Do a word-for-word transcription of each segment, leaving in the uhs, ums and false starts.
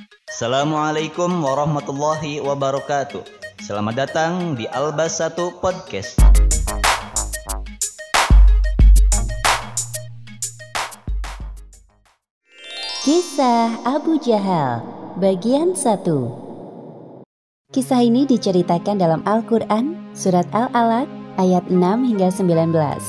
Assalamualaikum warahmatullahi wabarakatuh. Selamat datang di Albas satu Podcast. Kisah Abu Jahal bagian satu. Kisah ini diceritakan dalam Al-Quran surat Al-Alaq ayat enam hingga sembilan belas.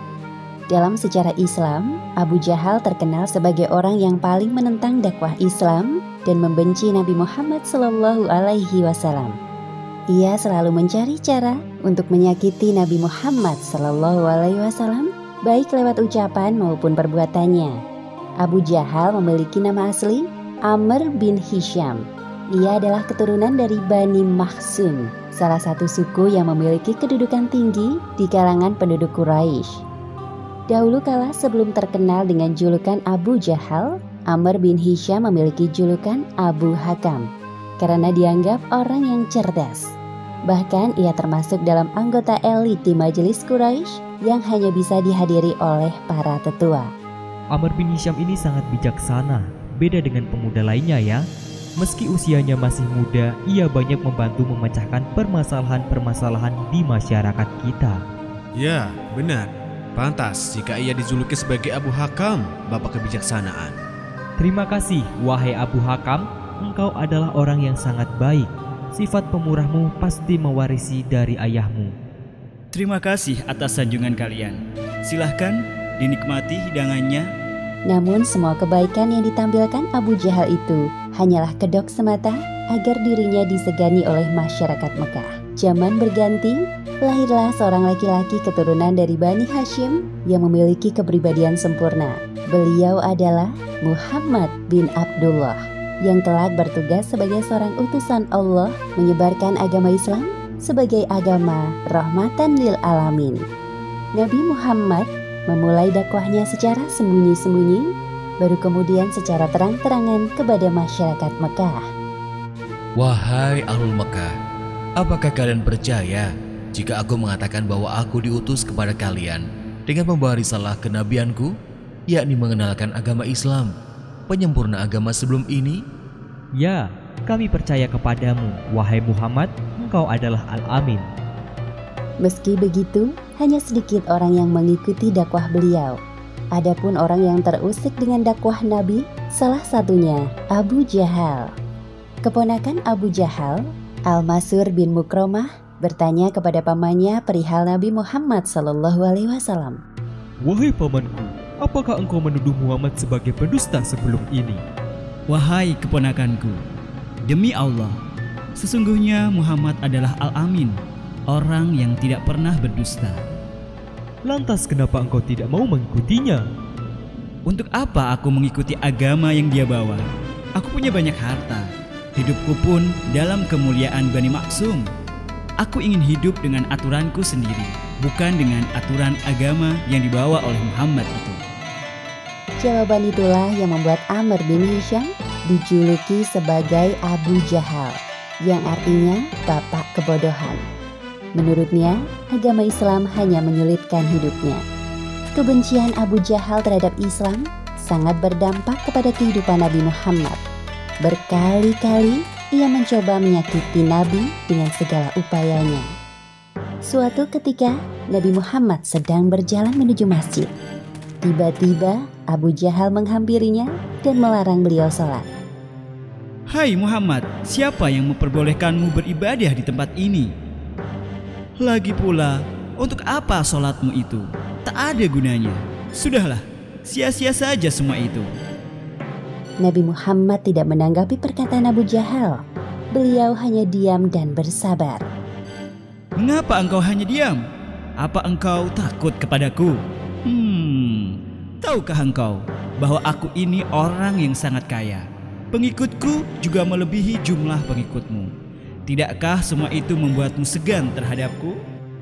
Dalam sejarah Islam, Abu Jahal terkenal sebagai orang yang paling menentang dakwah Islam dan membenci Nabi Muhammad shallallahu alaihi wasallam. Ia selalu mencari cara untuk menyakiti Nabi Muhammad shallallahu alaihi wasallam, baik lewat ucapan maupun perbuatannya. Abu Jahal memiliki nama asli Amr bin Hisham. Ia adalah keturunan dari Bani Makhzum, salah satu suku yang memiliki kedudukan tinggi di kalangan penduduk Quraisy. Dahulu kala sebelum terkenal dengan julukan Abu Jahal, Amr bin Hisham memiliki julukan Abu Hakam karena dianggap orang yang cerdas. Bahkan ia termasuk dalam anggota elit di majelis Quraisy yang hanya bisa dihadiri oleh para tetua. Amr bin Hisham ini sangat bijaksana, beda dengan pemuda lainnya ya. Meski usianya masih muda, ia banyak membantu memecahkan permasalahan-permasalahan di masyarakat kita. Ya, benar. Pantas jika ia dijuluki sebagai Abu Hakam, bapak kebijaksanaan. Terima kasih, wahai Abu Hakam. Engkau adalah orang yang sangat baik. Sifat pemurahmu pasti mewarisi dari ayahmu. Terima kasih atas sanjungan kalian. Silahkan dinikmati hidangannya. Namun semua kebaikan yang ditampilkan Abu Jahal itu hanyalah kedok semata agar dirinya disegani oleh masyarakat Mekah. Zaman berganti, lahirlah seorang laki-laki keturunan dari Bani Hashim yang memiliki kepribadian sempurna. Beliau adalah Muhammad bin Abdullah yang kelak bertugas sebagai seorang utusan Allah menyebarkan agama Islam sebagai agama rahmatan lil alamin. Nabi Muhammad memulai dakwahnya secara sembunyi-sembunyi, baru kemudian secara terang-terangan kepada masyarakat Mekah. Wahai Ahlul Mekah, apakah kalian percaya jika aku mengatakan bahwa aku diutus kepada kalian dengan membawa risalah kenabianku, yakni mengenalkan agama Islam, penyempurna agama sebelum ini? Ya, kami percaya kepadamu, wahai Muhammad, engkau adalah Al-Amin. Meski begitu, hanya sedikit orang yang mengikuti dakwah beliau. Adapun orang yang terusik dengan dakwah Nabi, salah satunya Abu Jahal. Keponakan Abu Jahal, Al-Masur bin Mukromah, bertanya kepada pamannya perihal Nabi Muhammad shallallahu alaihi wasallam. Wahai pamanku, apakah engkau menuduh Muhammad sebagai pendusta sebelum ini? Wahai keponakanku, demi Allah, sesungguhnya Muhammad adalah Al-Amin, orang yang tidak pernah berdusta. Lantas kenapa engkau tidak mau mengikutinya? Untuk apa aku mengikuti agama yang dia bawa? Aku punya banyak harta. Hidupku pun dalam kemuliaan Bani Makhzum. Aku ingin hidup dengan aturanku sendiri, bukan dengan aturan agama yang dibawa oleh Muhammad itu. Jawaban itulah yang membuat Amr bin Hisham dijuluki sebagai Abu Jahal, yang artinya bapak kebodohan. Menurutnya, agama Islam hanya menyulitkan hidupnya. Kebencian Abu Jahal terhadap Islam sangat berdampak kepada kehidupan Nabi Muhammad. Berkali-kali ia mencoba menyakiti Nabi dengan segala upayanya. Suatu ketika, Nabi Muhammad sedang berjalan menuju masjid. Tiba-tiba, Abu Jahal menghampirinya dan melarang beliau sholat. Hai Muhammad, siapa yang memperbolehkanmu beribadah di tempat ini? Lagi pula, untuk apa sholatmu itu? Tak ada gunanya. Sudahlah, sia-sia saja semua itu. Nabi Muhammad tidak menanggapi perkataan Abu Jahal. Beliau hanya diam dan bersabar. Mengapa engkau hanya diam? Apa engkau takut kepadaku? Hmm, tahukah engkau bahwa aku ini orang yang sangat kaya? Pengikutku juga melebihi jumlah pengikutmu. Tidakkah semua itu membuatmu segan terhadapku?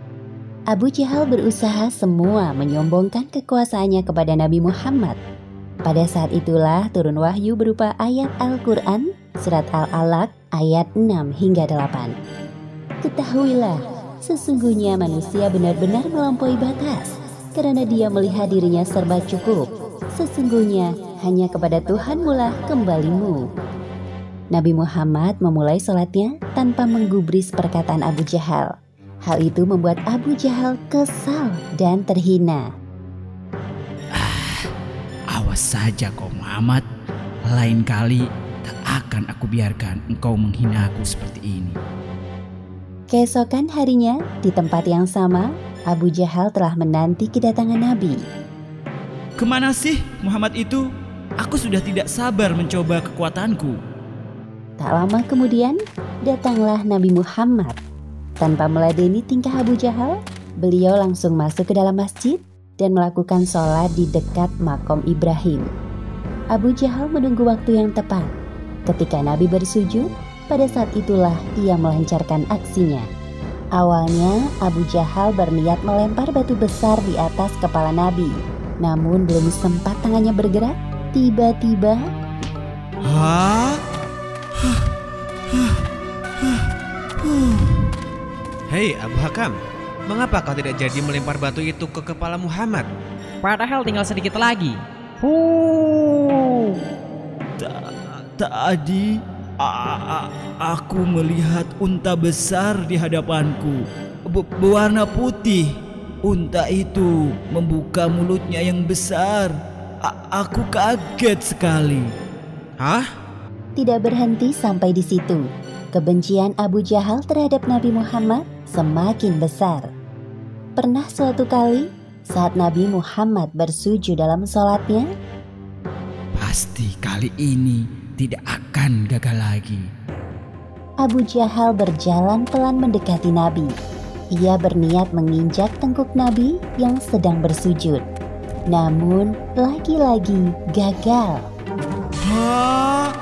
Abu Jahal berusaha semua menyombongkan kekuasaannya kepada Nabi Muhammad. Pada saat itulah turun wahyu berupa ayat Al-Quran, surat Al-Alaq ayat enam hingga delapan. Ketahuilah, sesungguhnya manusia benar-benar melampaui batas, karena dia melihat dirinya serba cukup. Sesungguhnya hanya kepada Tuhanmu lah kembalimu. Nabi Muhammad memulai sholatnya tanpa menggubris perkataan Abu Jahal. Hal itu membuat Abu Jahal kesal dan terhina. Ah, awas saja kau Muhammad. Lain kali tak akan aku biarkan engkau menghina aku seperti ini. Keesokan harinya, di tempat yang sama, Abu Jahal telah menanti kedatangan Nabi. Kemana sih Muhammad itu? Aku sudah tidak sabar mencoba kekuatanku. Tak lama kemudian, datanglah Nabi Muhammad. Tanpa meladeni tingkah Abu Jahal, beliau langsung masuk ke dalam masjid dan melakukan sholat di dekat makom Ibrahim. Abu Jahal menunggu waktu yang tepat. Ketika Nabi bersujud, pada saat itulah ia melancarkan aksinya. Awalnya, Abu Jahal berniat melempar batu besar di atas kepala Nabi. Namun belum sempat tangannya bergerak, tiba-tiba... Hah? Hei Abu Hakam, mengapa kau tidak jadi melempar batu itu ke kepala Muhammad? Padahal tinggal sedikit lagi. Huh. Tadi a- a- aku melihat unta besar di hadapanku, Be- berwarna putih. Unta itu membuka mulutnya yang besar. A- aku kaget sekali. Hah? Tidak berhenti sampai di situ. Kebencian Abu Jahal terhadap Nabi Muhammad semakin besar. Pernah suatu kali saat Nabi Muhammad bersujud dalam sholatnya, Pasti kali ini tidak akan gagal lagi. Abu Jahal berjalan pelan mendekati Nabi. Ia berniat menginjak tengkuk Nabi yang sedang bersujud. Namun lagi-lagi gagal. Hah?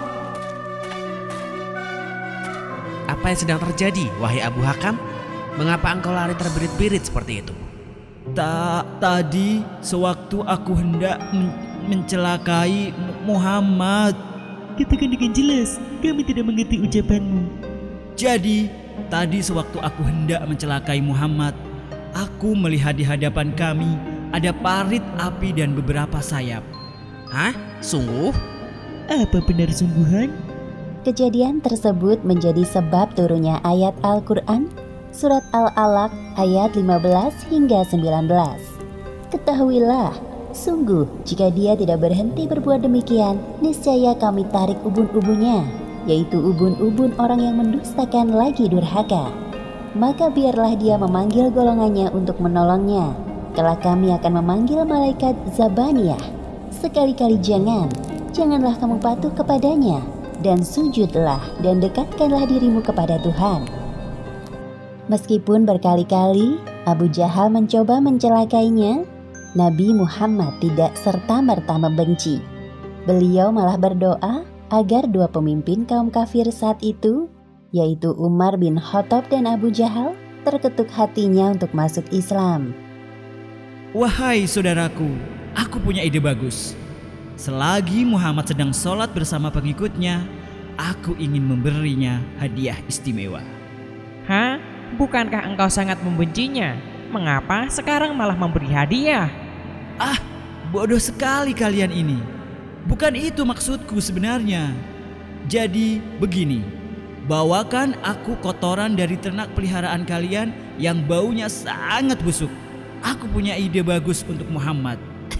Apa yang sedang terjadi, wahai Abu Hakam? Mengapa engkau lari terbirit-birit seperti itu? Ta tadi sewaktu aku hendak men mencelakai Muhammad. Katakan dengan jelas, kami tidak mengerti ucapanmu. Jadi, tadi sewaktu aku hendak mencelakai Muhammad, aku melihat di hadapan kami ada parit api dan beberapa sayap. Hah? Sungguh? Apa benar sungguhan? Kejadian tersebut menjadi sebab turunnya ayat Al-Quran Surat Al-Alaq ayat lima belas hingga sembilan belas. Ketahuilah, sungguh jika dia tidak berhenti berbuat demikian, niscaya kami tarik ubun-ubunnya, yaitu ubun-ubun orang yang mendustakan lagi durhaka. Maka biarlah dia memanggil golongannya untuk menolongnya. Kelak kami akan memanggil malaikat Zabaniyah. Sekali-kali jangan, janganlah kamu patuh kepadanya. Dan sujudlah dan dekatkanlah dirimu kepada Tuhan. Meskipun berkali-kali Abu Jahal mencoba mencelakainya, Nabi Muhammad tidak serta-merta membenci. Beliau malah berdoa agar dua pemimpin kaum kafir saat itu, yaitu Umar bin Khattab dan Abu Jahal, terketuk hatinya untuk masuk Islam. Wahai saudaraku, aku punya ide bagus. Selagi Muhammad sedang sholat bersama pengikutnya, aku ingin memberinya hadiah istimewa. Hah? Bukankah engkau sangat membencinya? Mengapa sekarang malah memberi hadiah? Ah, bodoh sekali kalian ini. Bukan itu maksudku sebenarnya. Jadi begini, bawakan aku kotoran dari ternak peliharaan kalian yang baunya sangat busuk. Aku punya ide bagus untuk Muhammad.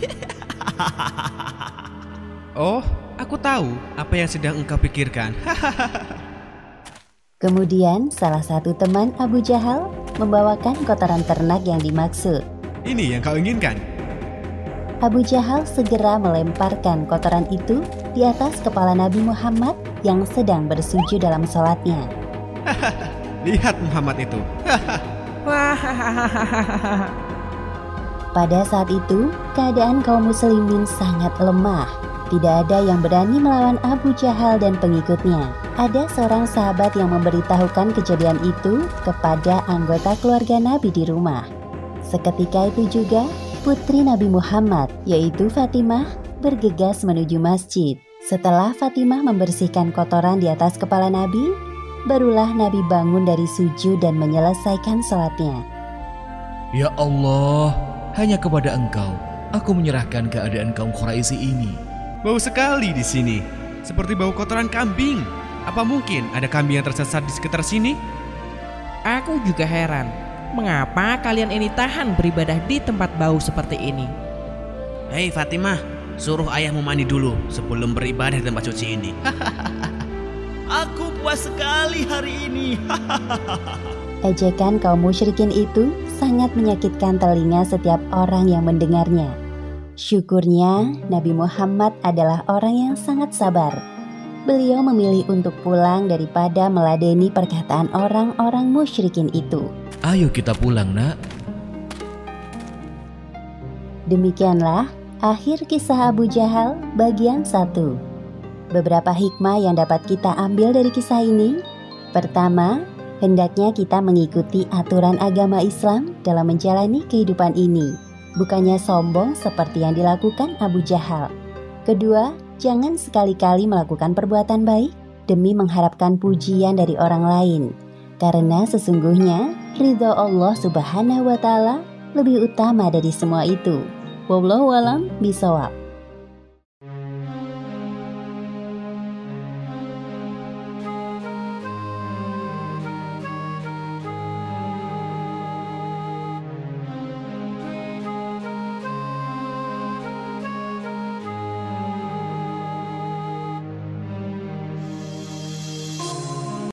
Oh, aku tahu apa yang sedang engkau pikirkan. Kemudian salah satu teman Abu Jahal membawakan kotoran ternak yang dimaksud. Ini yang kau inginkan? Abu Jahal segera melemparkan kotoran itu di atas kepala Nabi Muhammad yang sedang bersujud dalam sholatnya. Lihat Muhammad itu. Pada saat itu, keadaan kaum muslimin sangat lemah. Tidak ada yang berani melawan Abu Jahal dan pengikutnya. Ada seorang sahabat yang memberitahukan kejadian itu kepada anggota keluarga Nabi di rumah. Seketika itu juga, putri Nabi Muhammad, yaitu Fatimah, bergegas menuju masjid. Setelah Fatimah membersihkan kotoran di atas kepala Nabi, barulah Nabi bangun dari sujud dan menyelesaikan sholatnya. Ya Allah, hanya kepada Engkau aku menyerahkan keadaan kaum Quraisy ini. Bau sekali di sini, seperti bau kotoran kambing. Apa mungkin ada kambing yang tersesat di sekitar sini? Aku juga heran, mengapa kalian ini tahan beribadah di tempat bau seperti ini? Hei Fatimah, suruh ayahmu mandi dulu sebelum beribadah di tempat suci ini. Aku puas sekali hari ini. Ejekan kaum musyrikin itu sangat menyakitkan telinga setiap orang yang mendengarnya. Syukurnya Nabi Muhammad adalah orang yang sangat sabar. Beliau memilih untuk pulang daripada meladeni perkataan orang-orang musyrikin itu. Ayo kita pulang, Nak. Demikianlah akhir kisah Abu Jahal bagian satu. Beberapa hikmah yang dapat kita ambil dari kisah ini. Pertama, hendaknya kita mengikuti aturan agama Islam dalam menjalani kehidupan ini, bukannya sombong seperti yang dilakukan Abu Jahal. Kedua, jangan sekali-kali melakukan perbuatan baik demi mengharapkan pujian dari orang lain, karena sesungguhnya ridho Allah Subhanahu wa Ta'ala lebih utama dari semua itu. Wallahu a'lam bishawab.